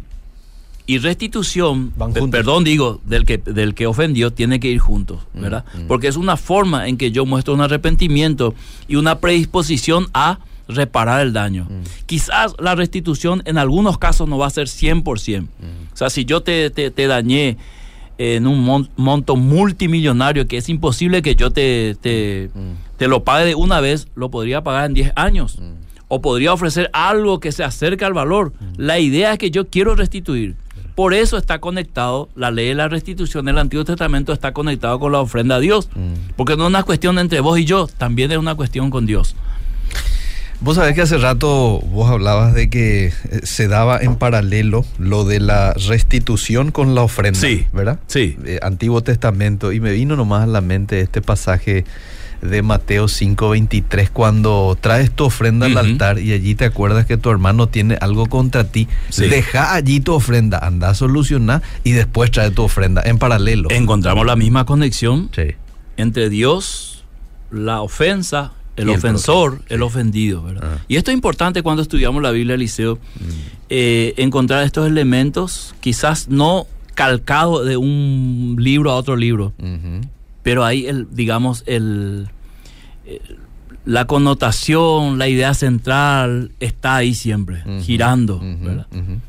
y restitución, pe- perdón digo, del que, del que ofendió, tiene que ir juntos, ¿verdad? Mm, mm. Porque es una forma en que yo muestro un arrepentimiento y una predisposición a reparar el daño. Mm. Quizás la restitución en algunos casos no va a ser cien por ciento. Mm. O sea, si yo te, te, te dañé en un mon- monto multimillonario que es imposible que yo te, te, mm. te lo pague de una vez, lo podría pagar en diez años. Mm. O podría ofrecer algo que se acerque al valor. Mm. La idea es que yo quiero restituir. Por eso está conectado, la ley de la restitución en el Antiguo Testamento está conectado con la ofrenda a Dios. Mm. Porque no es una cuestión entre vos y yo, también es una cuestión con Dios. Vos sabés que hace rato vos hablabas de que se daba en paralelo lo de la restitución con la ofrenda, sí, ¿verdad? Sí. Eh, Antiguo Testamento, y me vino nomás a la mente este pasaje de Mateo cinco veintitrés, cuando traes tu ofrenda uh-huh. al altar y allí te acuerdas que tu hermano tiene algo contra ti, sí. deja allí tu ofrenda, anda a solucionar y después trae tu ofrenda en paralelo. Encontramos la misma conexión sí. entre Dios, la ofensa, el, el ofensor, sí. el ofendido, ¿verdad? Uh-huh. Y esto es importante cuando estudiamos la Biblia, Eliseo, uh-huh. eh, encontrar estos elementos, quizás no calcados de un libro a otro libro, uh-huh. pero ahí, el, digamos, el, el, la connotación, la idea central está ahí siempre, uh-huh, girando, uh-huh, ¿verdad? Uh-huh.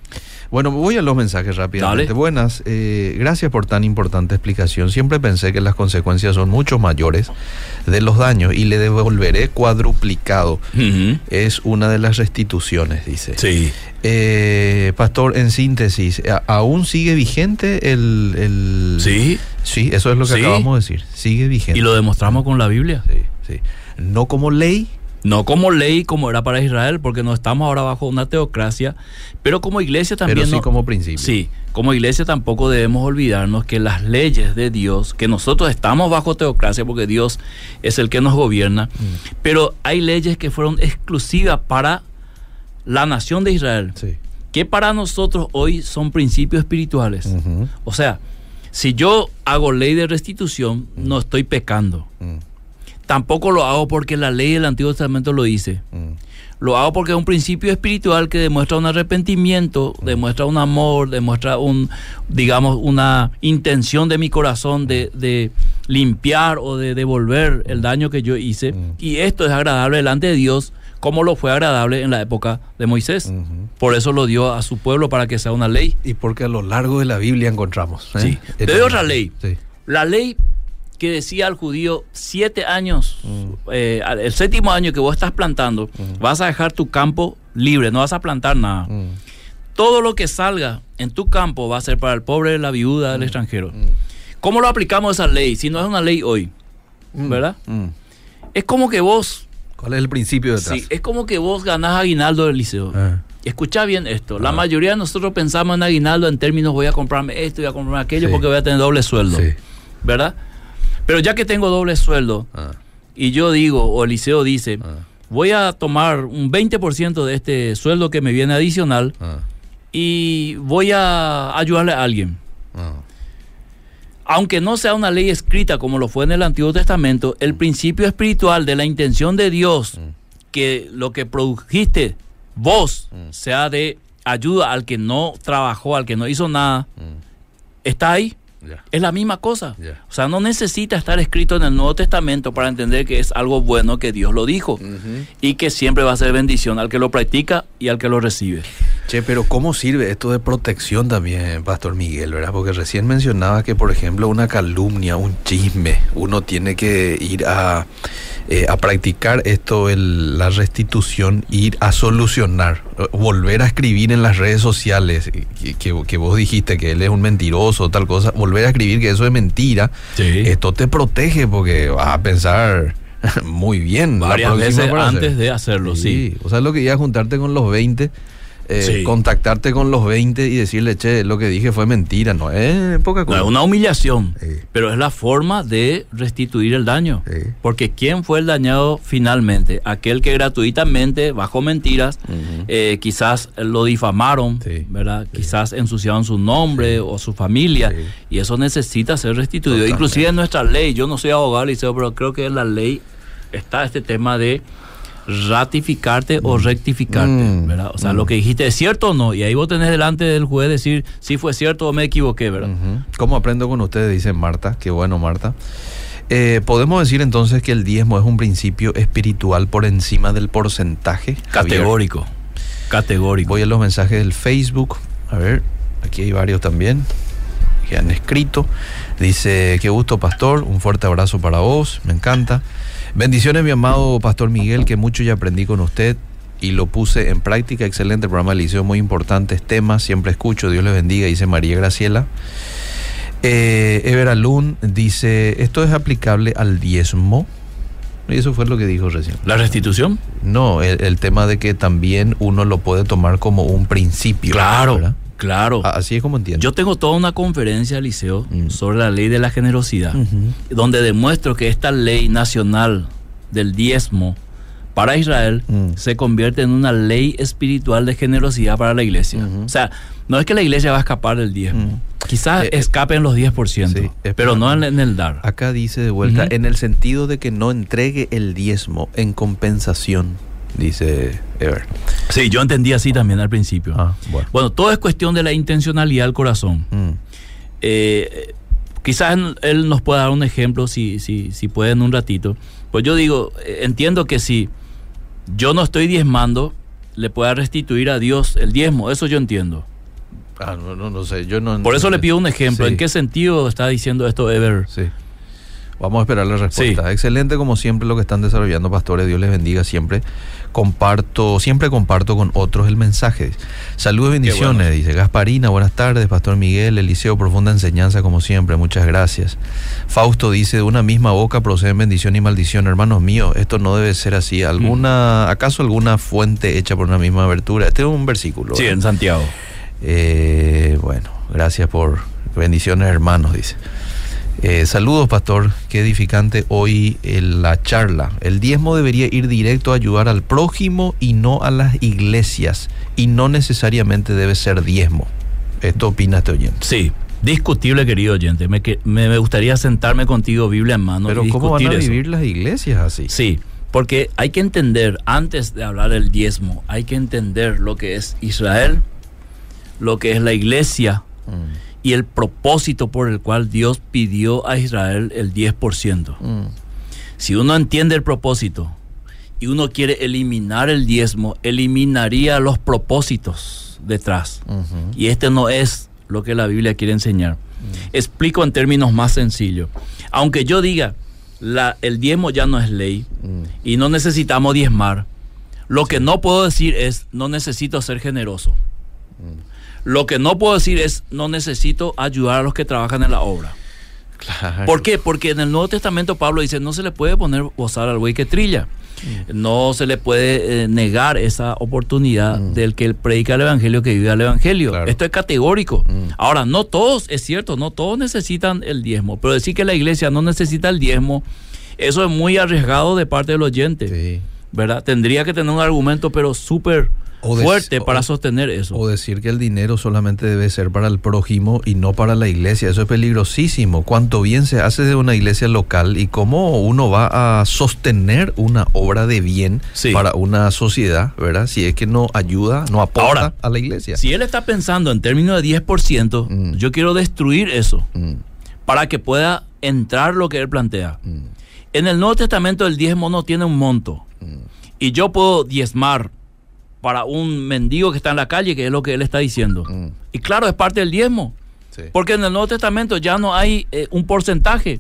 Bueno, voy a los mensajes rápidamente. Dale. Buenas, eh, gracias por tan importante explicación. Siempre pensé que las consecuencias son mucho mayores de los daños y le devolveré cuadruplicado. Uh-huh. Es una de las restituciones, dice. Sí. Eh, Pastor, en síntesis, ¿a- ¿aún sigue vigente el, el...? Sí. Sí, eso es lo que Sí. acabamos de decir. Sigue vigente. Y lo demostramos con la Biblia. Sí, sí. No como ley. No como ley, como era para Israel, porque no estamos ahora bajo una teocracia, pero como iglesia también. Pero sí no- como principio. Sí, como iglesia tampoco debemos olvidarnos que las leyes de Dios, que nosotros estamos bajo teocracia porque Dios es el que nos gobierna, Mm. pero hay leyes que fueron exclusivas para la nación de Israel, Sí. que para nosotros hoy son principios espirituales. Ujú. O sea, si yo hago ley de restitución, no estoy pecando. Mm, Tampoco lo hago porque la ley del Antiguo Testamento lo dice. mm. Lo hago porque es un principio espiritual que demuestra un arrepentimiento, demuestra un amor, demuestra un, digamos, una intención de mi corazón de, de limpiar o de devolver el daño que yo hice. Mm. Y esto es agradable delante de Dios, como lo fue agradable en la época de Moisés. Ujú. Por eso lo dio a su pueblo para que sea una ley. Y porque a lo largo de la Biblia encontramos. ¿eh? Sí. En- Te doy otra ley. Sí. La ley que decía al judío siete años, Mm. eh, al- el séptimo año que vos estás plantando, Mm. vas a dejar tu campo libre, no vas a plantar nada. Mm, Todo lo que salga en tu campo va a ser para el pobre, la viuda, el extranjero. mm, ¿Cómo lo aplicamos esa ley? Si no es una ley hoy, mm, ¿verdad? mm. Es como que vos, ¿Cuál es el principio detrás? sí, es como que vos ganás aguinaldo del liceo. Ah, Escuchá bien esto. La Ah. mayoría de nosotros pensamos en aguinaldo en términos voy a comprarme esto, voy a comprarme aquello Sí. porque voy a tener doble sueldo. sí. ¿Verdad? Pero ya que tengo doble sueldo Ah, y yo digo, o el liceo dice, ah, voy a tomar un veinte por ciento de este sueldo que me viene adicional ah, y voy a ayudarle a alguien. ah. Aunque no sea una ley escrita como lo fue en el Antiguo Testamento, el principio espiritual de la intención de Dios, Mm. que lo que produjiste vos Mm. sea de ayuda al que no trabajó, al que no hizo nada, Mm, está ahí. ya. Es la misma cosa. Ya. O sea, no necesita estar escrito en el Nuevo Testamento para entender que es algo bueno que Dios lo dijo Ujú. y que siempre va a ser bendición al que lo practica y al que lo recibe. Che, pero ¿cómo sirve esto de protección también, Pastor Miguel, verdad? Porque recién mencionaba que, por ejemplo, una calumnia, un chisme, uno tiene que ir a, eh, a practicar esto, el- la restitución, ir a solucionar, eh, volver a escribir en las redes sociales, eh, que, que- que vos dijiste que él es un mentiroso, tal cosa, volver a escribir que eso es mentira, esto te protege porque vas a pensar muy bien. la Varias próxima veces para antes hacer. de hacerlo, sí. O sea, lo que iba a juntarte con los veinte, eh, Sí. contactarte con los veinte y decirle, che, lo que dije fue mentira, no es poca No, cosa. es una humillación, Sí. pero es la forma de restituir el daño. Sí. Porque ¿quién fue el dañado finalmente? Aquel que gratuitamente, bajo mentiras, Ujú. eh, quizás lo difamaron, Sí. ¿verdad? Quizás ensuciaron su nombre o su familia, Sí. y eso necesita ser restituido. Totalmente. Inclusive en nuestra ley, yo no soy abogado, Liceo, pero creo que en la ley está este tema de ratificarte o rectificarte, Mm. ¿verdad? O sea, Mm. lo que dijiste es cierto o no, y ahí vos tenés delante del juez decir si fue cierto o me equivoqué, ¿verdad? Ujú. ¿Cómo aprendo con ustedes? Dice Marta. Qué bueno, Marta. Eh, ¿Podemos decir entonces que el diezmo es un principio espiritual por encima del porcentaje? Javier? Categórico, categórico. Voy a los mensajes del Facebook. A ver, aquí hay varios también que han escrito. Dice, qué gusto, pastor, un fuerte abrazo para vos, me encanta. Bendiciones, mi amado pastor Miguel, que mucho ya aprendí con usted y lo puse en práctica. Excelente programa de liceo, muy importantes temas, siempre escucho, Dios les bendiga, dice María Graciela. Eh, Ever Alun dice, ¿esto es aplicable al diezmo? Y eso fue lo que dijo recién. ¿La restitución? No, el, el tema de que también uno lo puede tomar como un principio. ¿verdad? claro. A- Así es como entiendo. Yo tengo toda una conferencia, Liceo, Mm. sobre la ley de la generosidad, Ujú. donde demuestro que esta ley nacional del diezmo para Israel Mm. se convierte en una ley espiritual de generosidad para la iglesia. Ujú. O sea, no es que la iglesia va a escapar del diezmo. Mm. Quizás Eh, escapen los diez por ciento, sí, espera. pero no en, en el dar. Acá dice de vuelta, Ujú. en el sentido de que no entregue el diezmo en compensación, dice Ever. Sí, yo entendí así también al principio. Ah, bueno. Bueno, todo es cuestión de la intencionalidad del corazón. Mm. Eh, quizás él nos pueda dar un ejemplo, si, si, si puede en un ratito. Pues yo digo, eh, entiendo que si yo no estoy diezmando, le pueda restituir a Dios el diezmo, eso yo entiendo. Ah, no, no, no sé, yo no... Por eso le pido un ejemplo. Sí. ¿En qué sentido está diciendo esto Ever? Sí. Vamos a esperar la respuesta. Sí. Excelente como siempre lo que están desarrollando, pastores. Dios les bendiga siempre. Comparto, siempre comparto con otros el mensaje. Saludos, bendiciones, bueno. dice Gasparina. Buenas tardes, Pastor Miguel. Eliseo, profunda enseñanza como siempre. Muchas gracias. Fausto dice, de una misma boca proceden bendición y maldición. Hermanos míos, esto no debe ser así. ¿Alguna, mm. ¿Acaso alguna fuente hecha por una misma abertura? Este es un versículo. Sí, ¿verdad? en Santiago. Eh, bueno, gracias por bendiciones, hermanos, dice. Eh, saludos, pastor, qué edificante hoy eh, la charla. El diezmo debería ir directo a ayudar al prójimo y no a las iglesias, y no necesariamente debe ser diezmo. ¿Esto opina este oyente? Sí, discutible, querido oyente. Me, que, me, me gustaría sentarme contigo, Biblia en mano. Pero y ¿cómo van a eso. vivir las iglesias así? Sí, porque hay que entender, antes de hablar del diezmo, hay que entender lo que es Israel, lo que es la iglesia, mm. y el propósito por el cual Dios pidió a Israel el diez por ciento. Mm. Si uno entiende el propósito y uno quiere eliminar el diezmo, eliminaría los propósitos detrás. Uh-huh. Y este no es lo que la Biblia quiere enseñar. Uh-huh. Explico en términos más sencillos. Aunque yo diga, la, el diezmo ya no es ley uh-huh. y no necesitamos diezmar, lo que no puedo decir es, no necesito ser generoso. Uh-huh. Lo que no puedo decir es, no necesito ayudar a los que trabajan en la obra. Claro. ¿Por qué? Porque en el Nuevo Testamento Pablo dice, no se le puede poner bozal al buey que trilla. Mm. No se le puede eh, negar esa oportunidad mm. del que predica el evangelio, que vive el evangelio. Claro. Esto es categórico. Mm. Ahora, no todos, es cierto, no todos necesitan el diezmo, pero decir que la iglesia no necesita el diezmo, eso es muy arriesgado de parte del oyente. Sí. ¿Verdad? Tendría que tener un argumento, pero súper fuerte para sostener eso. O decir que el dinero solamente debe ser para el prójimo y no para la iglesia. Eso es peligrosísimo. Cuánto bien se hace de una iglesia local y cómo uno va a sostener una obra de bien sí. para una sociedad, ¿verdad? Si es que no ayuda, no aporta Ahora, a la iglesia. Si él está pensando en términos de diez por ciento, mm. yo quiero destruir eso mm. para que pueda entrar lo que él plantea. Mm. En el Nuevo Testamento el diezmo no tiene un monto. Mm. Y yo puedo diezmar para un mendigo que está en la calle, que es lo que él está diciendo. Mm. Y claro, es parte del diezmo. Sí. Porque en el Nuevo Testamento ya no hay eh, un porcentaje.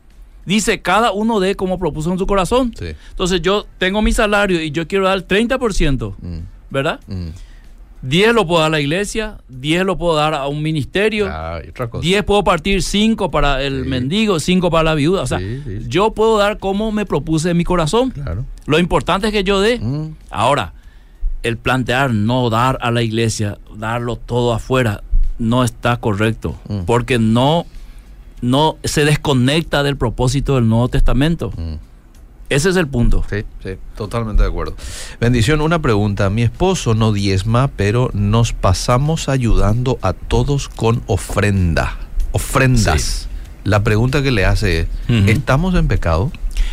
Dice, cada uno dé como propuso en su corazón. Sí. Entonces yo tengo mi salario y yo quiero dar el treinta por ciento, mm. ¿verdad? Mm. diez lo puedo dar a la iglesia, diez lo puedo dar a un ministerio, ah, otra cosa. diez puedo partir, cinco para el sí. mendigo, cinco para la viuda. O sea, sí, sí. yo puedo dar como me propuse en mi corazón. Claro. Lo importante es que yo dé. Mm. Ahora, el plantear no dar a la iglesia, darlo todo afuera, no está correcto, mm. porque no, no se desconecta del propósito del Nuevo Testamento. Mm. Ese es el punto. Sí, sí, totalmente de acuerdo. Bendición, una pregunta. Mi esposo no diezma, pero nos pasamos ayudando a todos con ofrenda, ofrendas. Sí. La pregunta que le hace es, uh-huh. ¿estamos en pecado?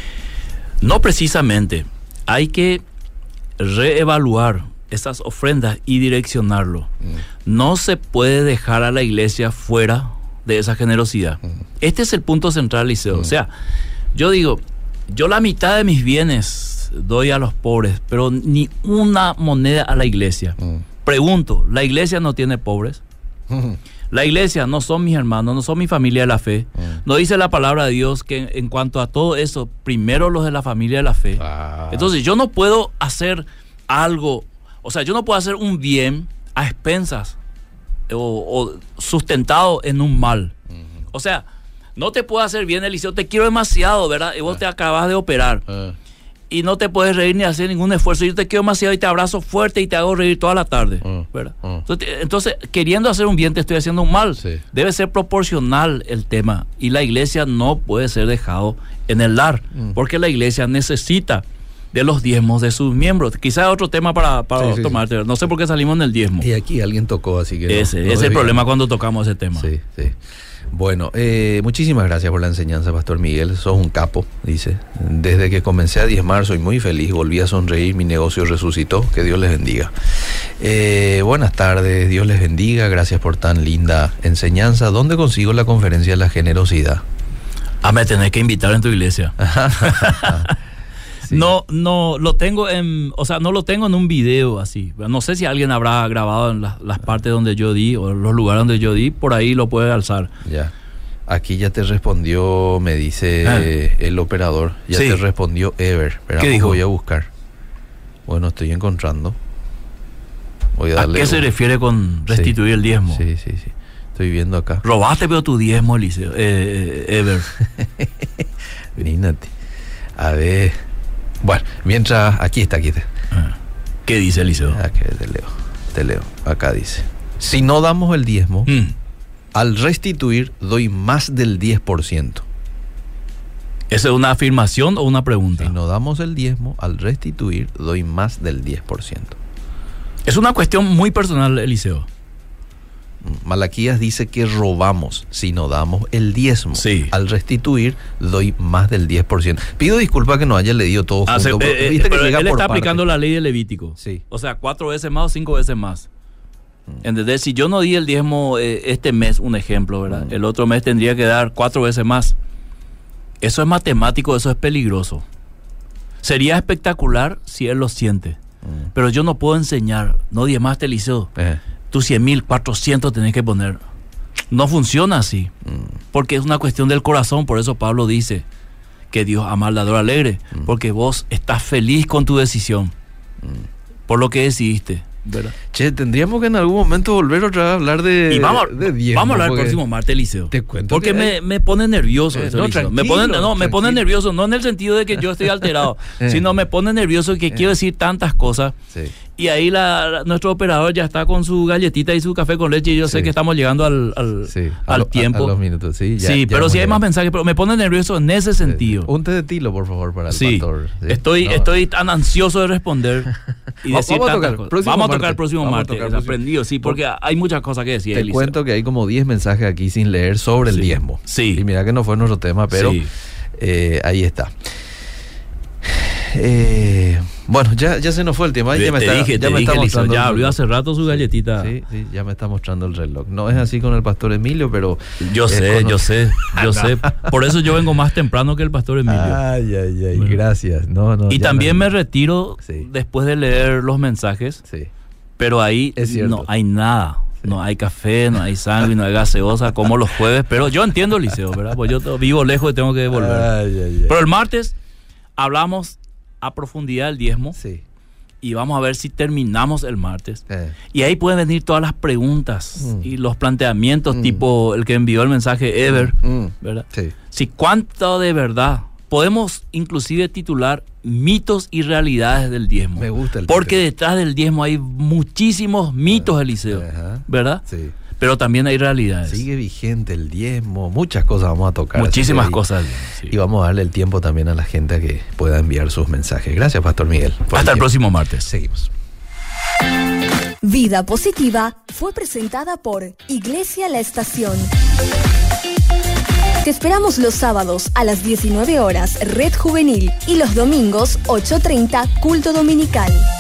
No precisamente. Hay que reevaluar esas ofrendas y direccionarlo. Mm. No se puede dejar a la iglesia fuera de esa generosidad. Mm. Este es el punto central, Liceo. Mm. O sea, yo digo, yo la mitad de mis bienes doy a los pobres, pero ni una moneda a la iglesia. Mm. Pregunto, ¿la iglesia no tiene pobres? Mm. La iglesia no son mis hermanos, no son mi familia de la fe. Mm. No dice la palabra de Dios que en, en cuanto a todo eso, primero los de la familia de la fe. Ah. Entonces yo no puedo hacer algo, o sea, yo no puedo hacer un bien a expensas o, o sustentado en un mal. Mm-hmm. O sea, no te puedo hacer bien, Eliseo, te quiero demasiado, ¿verdad? Y vos ah. te acabas de operar. Ah. Y no te puedes reír ni hacer ningún esfuerzo. Yo te quiero demasiado y te abrazo fuerte y te hago reír toda la tarde, uh, ¿verdad? Uh. Entonces, entonces, queriendo hacer un bien, te estoy haciendo un mal. Sí. Debe ser proporcional el tema. Y la iglesia no puede ser dejado en el lar, uh. porque la iglesia necesita de los diezmos de sus miembros. Quizás otro tema para, para sí, tomar. Sí, sí. No sé por qué salimos en el diezmo. Y aquí alguien tocó, así que... Ese, no, ese no es el problema cuando tocamos ese tema. Sí, sí. Bueno, eh, muchísimas gracias por la enseñanza, Pastor Miguel. Sos un capo, dice. Desde que comencé a diezmar soy muy feliz, volví a sonreír, mi negocio resucitó. Que Dios les bendiga. Eh, buenas tardes, Dios les bendiga. Gracias por tan linda enseñanza. ¿Dónde consigo la conferencia de la generosidad? Ah, me tenés que invitar en tu iglesia. Sí. No, no lo tengo en, o sea, no lo tengo en un video así. No sé si alguien habrá grabado en las, las partes donde yo di o los lugares donde yo di, por ahí lo puede alzar. Ya. Aquí ya te respondió, me dice Ah. eh, el operador. Ya Sí. te respondió Ever. Espera, ¿Qué dijo? Voy a buscar. Bueno, estoy encontrando. Voy a ¿A darle. qué se un- refiere con restituir Sí. el diezmo? Sí, sí, sí. Estoy viendo acá. Robaste pero tu diezmo, Eliseo, eh, eh, Ever. Imagínate. A ver. Bueno, mientras. Aquí está, aquí está. ¿Qué dice Eliseo? Aquí te leo. Te leo. Acá dice: si no damos el diezmo, Mm. al restituir doy más del diez por ciento. ¿Esa es una afirmación o una pregunta? Si no damos el diezmo, al restituir doy más del diez por ciento. Es una cuestión muy personal, Eliseo. Malaquías dice que robamos si no damos el diezmo. Sí. Al restituir doy más del diez por ciento. Pido disculpas que no haya leído todo Ah, junto. se- pero eh, eh, viste que pero llega él por está partes. aplicando la ley de Levítico. Sí. O sea, cuatro veces más o cinco veces más. ¿Entendés? Si yo no di el diezmo eh, este mes, un ejemplo, ¿verdad? El otro mes tendría que dar cuatro veces más. Eso es matemático, eso es peligroso. Sería espectacular si él lo siente. Mm. Pero yo no puedo enseñar, no diezmaste, Eliseo. Eh, Tú cien mil, cuatrocientos tenés que poner. No funciona así. Porque es una cuestión del corazón. Por eso Pablo dice que Dios ama al dador alegre. Porque vos estás feliz con tu decisión. Por lo que decidiste, ¿verdad? Che, tendríamos que en algún momento volver otra vez a hablar de, Y vamos, de diezmo, vamos a hablar el porque- próximo martes, Eliseo. Te cuento Porque que me, hay- me pone nervioso Eh, eso, no, Eliseo. Me tranquilo, pone, no, me pone tranquilo. nervioso, no en el sentido de que yo estoy alterado, Eh. sino me pone nervioso que quiero decir tantas cosas. Sí. Y ahí la, la- nuestro operador ya está con su galletita y su café con leche y yo sé Sí. que estamos llegando al, al, Sí, a al lo- a- tiempo. a los minutos, sí, ya- sí, ya pero hemos si hay llegado. más mensajes, pero me pone nervioso en ese sentido. Un té de tilo, por favor, para el Sí, pastor. Sí. estoy, No. estoy tan ansioso de responder y Va- decir vamos a tantas tocar el cosas. próximo Vamos a tocar martes. el próximo Vamos a martes. tocar el próximo- Aprendido, sí, porque hay muchas cosas que decir. Te Eliseo. cuento que hay como diez mensajes aquí sin leer sobre el Sí. diezmo. Sí. Y mira que no fue nuestro tema, pero Sí. eh, ahí está. Eh, bueno, ya, ya se nos fue el tema. Ya me te está, dije, ya te me dije, está Eliseo, mostrando ya el abrió reloj. hace rato su galletita. Sí, sí, ya me está mostrando el reloj. No es así con el pastor Emilio, pero... Yo es sé, con- yo sé, yo sé. Por eso yo vengo más temprano que el pastor Emilio. Ay, ay, ay, Bueno. gracias. No, no, y ya también me- me retiro Sí. después de leer los mensajes, Sí. pero ahí Es cierto. no hay nada. No hay café, no hay sangre, no hay gaseosa como los jueves. Pero yo entiendo, Eliseo, ¿verdad? Pues yo to- vivo lejos y tengo que volver. Ay, ay, ay. Pero el martes hablamos a profundidad del diezmo Sí. y vamos a ver si terminamos el martes. Eh, Y ahí pueden venir todas las preguntas Mm. y los planteamientos, Mm. tipo el que envió el mensaje Ever, mm, ¿verdad? sí. Si cuánto de verdad podemos inclusive titular mitos y realidades del diezmo. Me gusta el Porque título. detrás del diezmo hay muchísimos mitos, Eliseo, Ajá. ¿verdad? Sí. Pero también hay realidades. Sigue vigente el diezmo, muchas cosas vamos a tocar. Muchísimas así que- cosas. Sí. Y vamos a darle el tiempo también a la gente a que pueda enviar sus mensajes. Gracias, Pastor Miguel. por Hasta el tiempo. próximo martes. Seguimos. Vida Positiva fue presentada por Iglesia La Estación. Te esperamos los sábados a las diecinueve horas, Red Juvenil, y los domingos, ocho treinta, Culto Dominical.